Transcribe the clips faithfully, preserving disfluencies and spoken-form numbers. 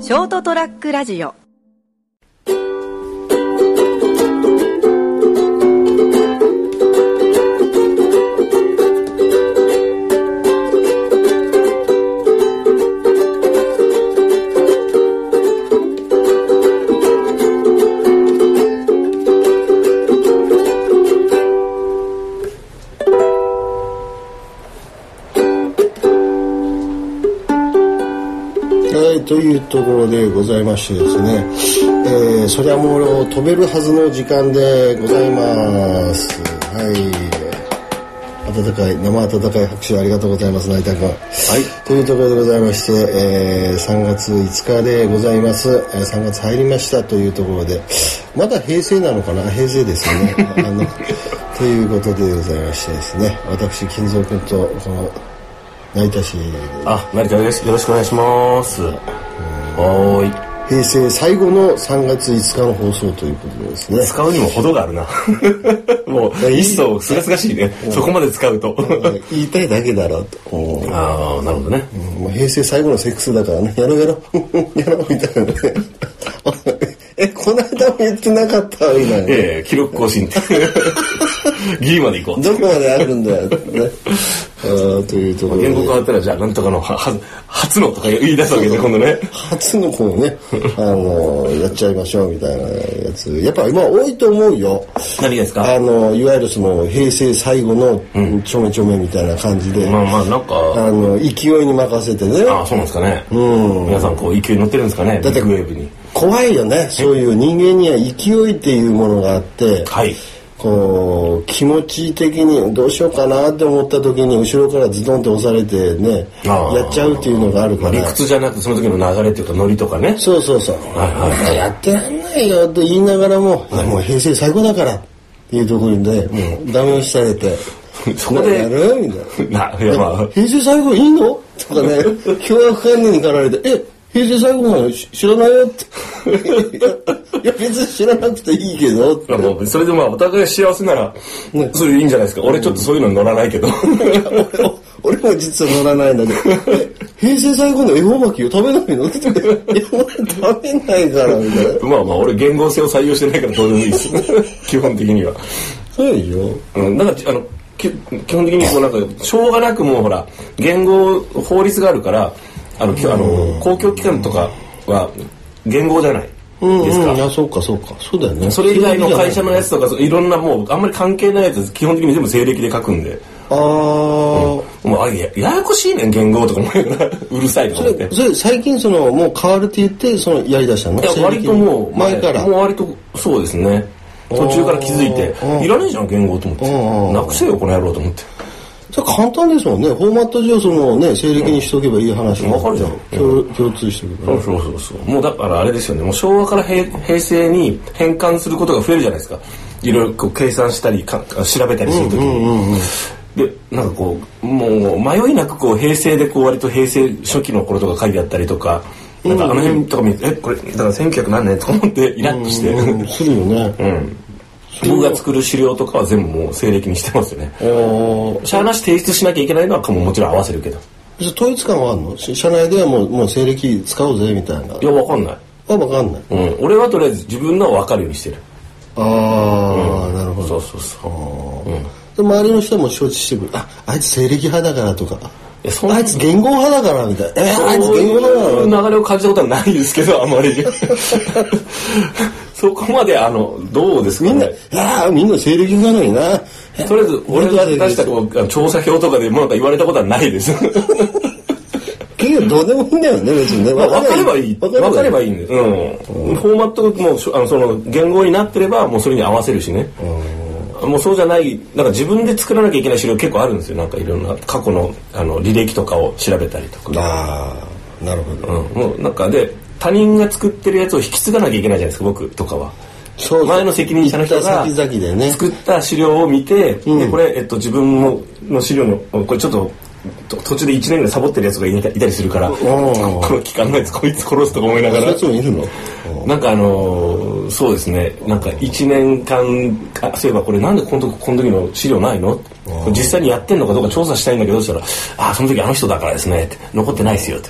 ショートトラックラジオ。 というところでございましてですね、えー、そりゃもう飛べるはずの時間でございます。はい、温かい生温かい拍手ありがとうございます。成田君、はい、というところでございまして、えー、さんがついつかでございます。えー、さんがつ入りましたというところで、まだ平成なのかな、平成ですよねあのということでございましてですね、私金蔵君とこの成田市、 あ、成田です。よろしくお願いします。はーい。 平成最後のさんがついつかの放送ということでですね。 使うにも程があるな。もう一層すがすがしいね。そこまで使うと。 言いたいだけだろうと。 ああ、なるほどね。 うん、もう平成最後のセックスだからね。やろうやろうやろうみたいなね。え、この間も言ってなかったみたいな。 ええ、記録更新って。ギリまで行こう。 どこまであるんだよ、ね。あというところで。 言語変わったらじゃあなんとかのはは初のとか言い出すわけで今度ね。 初のこのね、あのやっちゃいましょうみたいなやつ。やっぱ今多いと思うよ。 何がですか？ あのいわゆるその平成最後のちょめちょめみたいな感じで。 うん、まあまあなんかあの勢いに任せてね。 ああ、そうなんですかね。 うん。 皆さんこう勢いに乗ってるんですかね。 だってビッグウェーブに。 怖いよね。そういう人間には勢いっていうものがあって。 はい。 こう気持ち的にどうしようかなって思った時に後ろからズドンって押されてねやっちゃうっていうのがあるから、 理屈じゃなくその時の流れっていうかノリとかね。 そうそうそう、はいはい、やってらんないよと言いながらも、はい、もう平成最後だからっていうところでもうダメ押しされてそこでやるみたいな、 ないや、まあ、 平成最後いいのとかね凶悪観念に駆られてえ平成最後なの知らないよっていや別に知らなくていいけどってもうそれでまあお互い幸せなら、ね、それいいんじゃないですか。俺ちょっとそういうのに乗らないけど俺, も俺も実は乗らないんだけど平成最後の恵方巻きを食べないのっていや俺食べないからみたいな。 まあまあ俺言語性を採用してないからどうでもいいです基本的には。 そうでしょ、 うん、なんかあの基本的にこうなんかしょうがなくもうほら言語法律があるからあの、あの公共機関とかは言語じゃないですか。 うんうん、あ、そうかそうかそうだよね。 それ以外の会社のやつとかいろんなもうあんまり関係ないやつ基本的に全部西暦で書くんで。 ああ、うん、 もうあれ や, ややこしいねん言語とかもうるさいとか思って。 それそれ最近そのもう変わるって言ってそのやりだしたの？ いや割ともう前からもう割とそうですね。途中から気づいていらねえじゃん言語と思ってなくせよこの野郎と思って。 それ簡単ですもんね。フォーマット上そのね西暦にしとけばいい話わ、うん、かるじゃん。 共通してるから、ね。 そうそうそうそう。もうだからあれですよね。もう昭和から 平, 平成に変換することが増えるじゃないですか。いろいろこう計算したりか調べたりするときに、うんうんうんうん、でなんかこうもう迷いなくこう平成でこう割と平成初期の頃とか書いてあったりとか。なんかあの辺とか見て、うんうん、えこれだからせんきゅうひゃく何年とか思ってイラッとして、 うんうん、するよね。 うん僕が作る資料とかは全部もう西暦にしてますよね。社内提出しなきゃいけないのはももちろん合わせるけど。 統一感はあるの？社内ではもうもう西暦使おうぜみたいな。 いやわかんない。 あわかんない。 うん。俺はとりあえず自分のは分かるようにしてる。 ああ、うん、なるほど。 そうそうそう。 うん、で周りの人も承知してくる。ああいつ西暦派だからとか。 いやそあいつ言語派だからみたいな。えあいつ言語だから流れを感じたことはないですけどあんまり。そこまであのどうですかね。 みんな、いやみんな西暦なのにな。 とりあえず俺が出したこう調査票とかでもなんか言われたことはないです。 結局どうでもいいんだよね別にね。 分かればいい。分かればいいんです。うん。フォーマットもあのその言語になってればもうそれに合わせるしね。もうそうじゃないなんか自分で作らなきゃいけない資料結構あるんですよ。なんかいろんな過去のあの履歴とかを調べたりとか。 ああなるほど。 うん、もうなんかで。他人が作ってるやつを引き継がなきゃいけないじゃないですか僕とかは。そう前の責任者の人が作った資料を見て、うん、でこれ、えっと、自分のの資料のこれちょっと途中でいちねんぐらいサボってるやつがいたりするからこの期間のやつこいつ殺すとか思いながらそういうやつもいるの？ なんかあのー、そうですねなんかいちねんかんあそういえばこれなんでこの時この時の資料ないの？実際にやってんのかどうか調査したいんだけどそしたらあその時あの人だからですねって残ってないですよって言われて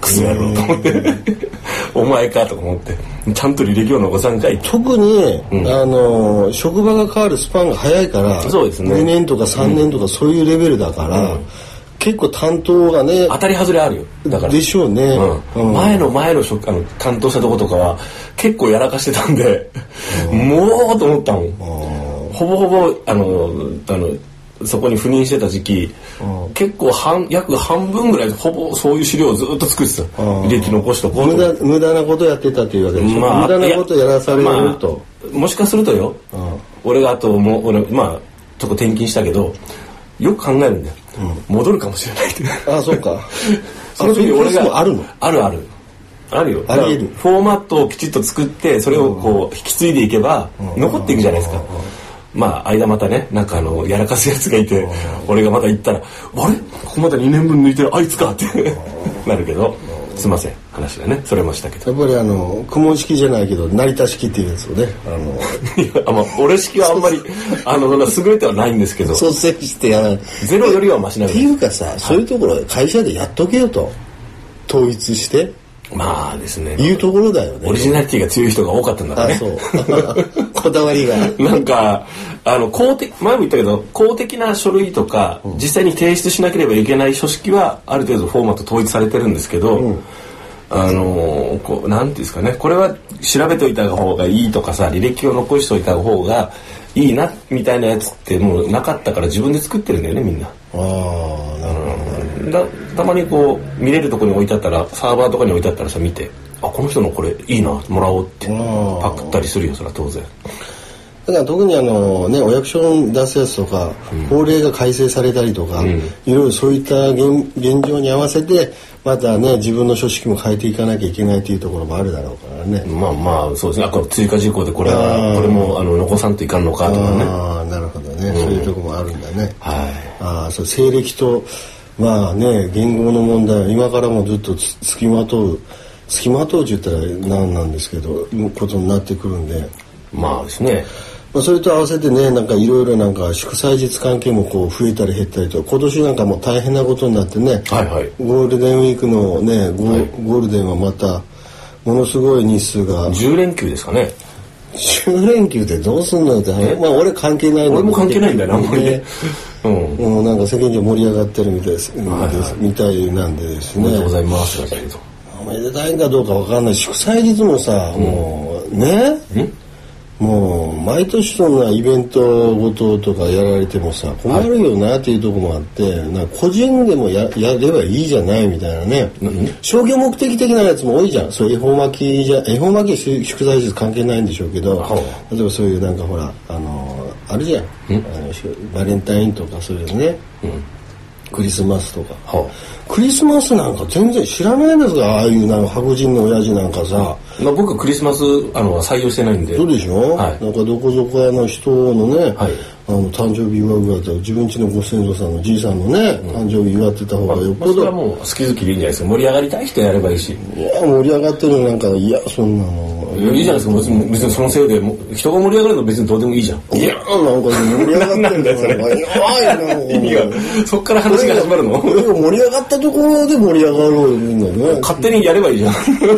クソ野郎と思ってお前かと思ってちゃんと履歴を残さんかい。 特に、うん、あの職場が変わるスパンが早いから、 そうですね、 にねんとかさんねんとかそういうレベルだから、うん、結構担当がね当たり外れあるよ。だからでしょうね、 うんうん、前の前の職あの担当したとことかは結構やらかしてたんで、うん、もうと思ったもん。ほぼほぼあのあのそこに赴任してた時期、うん、結構半約半分ぐらいほぼそういう資料をずっと作ってた。履歴残しとこうと。 無駄無駄なことやってたっていうわけでしょ、まあ、無駄なことやらされると、 まあ、もしかするとよ、うん、俺があともう俺まあちょっと転勤したけどよく考えるんだよ、うん、戻るかもしれないってああそうかその時俺があるのあるあるあるよ。 あり得る。 フォーマットをきちっと作ってそれをこう引き継いでいけば残っていくじゃないですか。まあ間またねなんかあのやらかすやつがいて俺がまた行ったらあれここまでにねんぶん抜いてるあいつかってなるけどすいません話がねそれましたけどやっぱりあの公文式じゃないけど成田式っていうやつをねあのいや、まあ、俺式はあんまりあの優れてはないんですけど率先してやらないゼロよりはマシなっていうかさ、はい、そういうところ会社でやっとけよと統一してまあですねいうところだよね。 オリジナリティが強い人が多かったんだからね。 あそうこだわりがなんかあの公的前も言ったけど公的な書類とか、うん、実際に提出しなければいけない書式はある程度フォーマット統一されてるんですけど、うん、あのこうなんていうんですかねこれは調べておいた方がいいとかさ履歴を残しておいた方がいいなみたいなやつってもうなかったから自分で作ってるんだよねみんな。 ああなるほど。 だたまにこう見れるところに置いてあったらサーバーとかに置いてあったらさ見てあこの人のこれいいなもらおうってパクったりするよそれは当然。 だから特にあのねお役所に出すやつとか、うん、法令が改正されたりとか、うん、いろいろそういった 現, 現状に合わせてまたね自分の書式も変えていかなきゃいけないというところもあるだろうからね。 まあまあそうですね。あこの追加事項でこれはこれもあの残さんといかんのかとかね。 ああなるほどね、うん、そういうところもあるんだね。 はい。 ああそう西暦とまあね言語の問題今からもずっとつ付きまとう付きまとうって言ったら何なんですけどことになってくるんでまあですね。 まあ、それと合わせてねなんかいろいろなんか祝祭日関係もこう増えたり減ったりと今年なんかもう大変なことになってね、 はいはい、 ゴールデンウィークのね ゴ,、はい、ゴールデンはまたものすごい日数がじゅう連休ですかね。 じゅう連休ってどうすんのって、まあ俺関係ないの俺も関係ないんだよな、あんまりね。 うん、もうなんか世間上盛り上がってるみたいです、はいはい、みたいなんでですね。 おめでとうございますだけど。 おめでたいんかどうかわかんない。祝祭日もさ、うん、もうね。もう毎年そんなイベントごととかやられてもさ困るよなっていうところもあって、はい、なんか個人でも や, やればいいじゃないみたいなね、うん、商業目的的なやつも多いじゃん。そう恵方巻きじゃ恵方巻きは祝祭日関係ないんでしょうけど、はい、例えばそういうなんかほらあのあるじゃん、うん、あのバレンタインとかそういうね、うん、クリスマスとか、はあ、クリスマスなんか全然知らないですがああいうなんか白人の親父なんかさ、 まあ、僕はクリスマスあの採用してないんで。 そうでしょ、はい、なんかどこぞこやの人のね、はい、あの誕生日祝うぐらいだったら自分家のご先祖さんのじいさんのね、うん、誕生日祝ってた方がよっぽど、まあ、それはもう好き好きでいいんじゃないですか。盛り上がりたい人やればいいし。 いや盛り上がってるのなんかいやそんなのいいじゃないですか。別に、別にそのせいで人が盛り上がるの別にどうでもいいじゃん。 いやなんか盛り上がってるなんだよそれ。意味がそっから話が始まるの。 盛り上がったところで盛り上がろうよみんなね。 勝手にやればいいじゃん。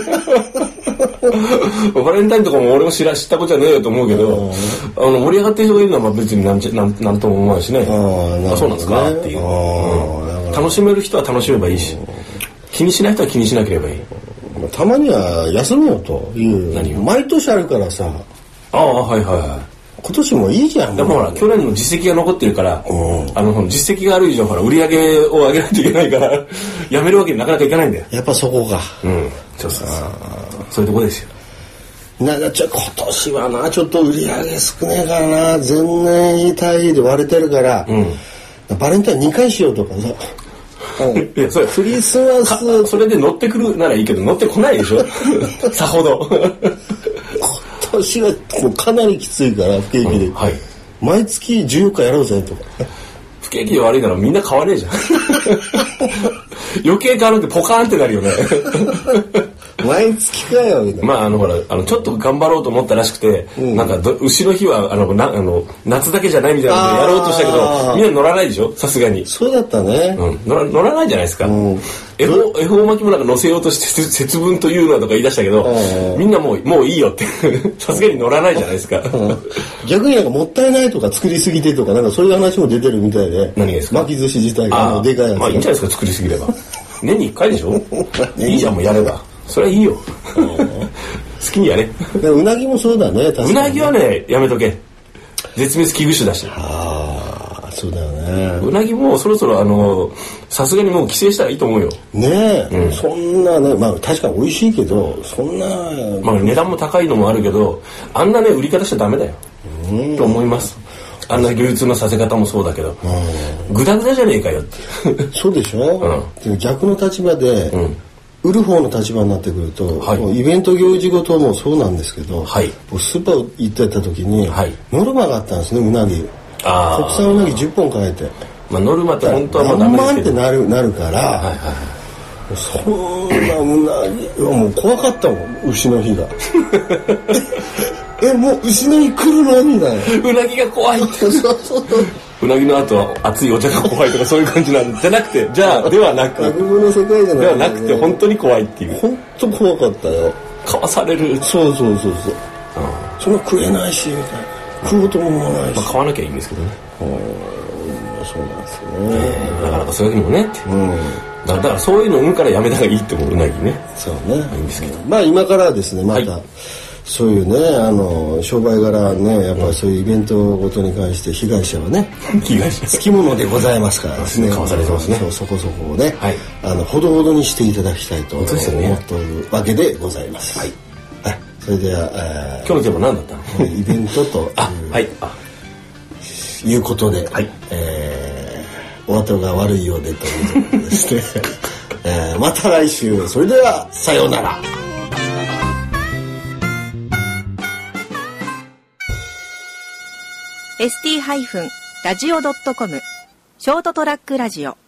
バレンタインとかも俺も知ら知ったことじゃねえよと思うけど、あの盛り上がってる人がいるのはまあ別になんちゃなんなんとも思わないしね。ああそうなんですかっていう、うん。楽しめる人は楽しめばいいし、気にしない人は気にしなければいい。 たまには休めようという何を毎年あるからさ。 ああはいはいはい。 今年もいいじゃん。 でもほら去年の実績が残ってるから、うん、あの実績がある以上ほら売り上げを上げないといけないからやめるわけになかなかいかないんだよ。 やっぱそこか。 うん。そうそうそう。そういうとこですよ。 なんかちょ今年はなちょっと売り上げ少ねえからな前年比対比で割れてるから、うん、バレンタインにかいしようとかさ。 いやそれクリスマスそれで乗ってくるならいいけど乗ってこないでしょさほど今年はもうかなりきついから不景気で、うんはい、毎月じゅうよっかやろうぜとか不景気で悪いならみんな変わねえじゃん余計変わるってポカーンってなるよね毎月かよみたいな。 まああのほらあのちょっと頑張ろうと思ったらしくて、うん、なんかど牛の日はあのなあの夏だけじゃないみたいなのでやろうとしたけどみんな乗らないでしょ、さすがに。 そうだったね、 うん、乗ら乗らないじゃないですか。うん、恵方恵方巻きもなんか乗せようとして節分というのとか言い出したけど、みんなもうもういいよってさすがに乗らないじゃないですか。 逆になんかもったいないとか作りすぎてとかなんかそういう話も出てるみたいで。 何がですか？ 巻き寿司自体があのでかいやつ。 まあいいんじゃないですか、作りすぎれば。年にいっかいでしょ。いいじゃんもうやれば。それはいいよ。好きにやれ。 うなぎもそうだね。確かにね。 うなぎはねやめとけ。絶滅危惧種だし。 ああそうだよね。 うなぎもそろそろあのさすがにもう規制したらいいと思うよ。ねえ、うん、そんなねまあ確かに美味しいけどそんなまあ値段も高いのもあるけどあんなね売り方しちゃダメだよ。と思います。あんな流通のさせ方もそうだけど、グダグダじゃねえかよってそうでしょ、うん、でも逆の立場で、うん、売る方の立場になってくると、はい、もうイベント行事ごともそうなんですけど、はい、スーパー行ってた時に、はい、ノルマがあったんですね。うなぎあ国産うなぎじゅっぽん買えて、 まあ、ノルマって本当はまあダメですけど何万ってなる、なるから、はいはい、そんなうなぎはもう怖かったもん牛の日がえもう牛の日来るのみたいな。 うなぎが怖いってそうそうそううなぎの後は熱いお茶が怖いとかそういう感じなんじゃなくてじゃあではなく落語の世界じゃない、ね、 ではなくて本当に怖いっていう。 本当怖かったよ。 買わされる。 そうそうそうそう、うん、そんな食えないしみたいな食うとも思わないし、 まあ、買わなきゃいいんですけどね。 うんそうなんですよね、 えー、なかなかそういうわけにもねって、うんだから、だからそういうのを産むからやめた方がいいって思ううなぎね。 そうね。 いいんですけど。 まあ今からですねまた、はい、そういうねあの商売柄ねやっぱりそういうイベントごとに関して被害者はね被害者つきものでございますからですね。 かわされてますね。 そうそこそこをね、はい、あのほどほどにしていただきたいと思っているわけでございます。はい。はい、それでは、 えー、今日のテーマ何だったの？ イベントというあはいあいうことで、はいえー、お後が悪いようでということですね、えー、また来週それではさようなら。 エスティー ラジオ ドットコム ショートトラックラジオ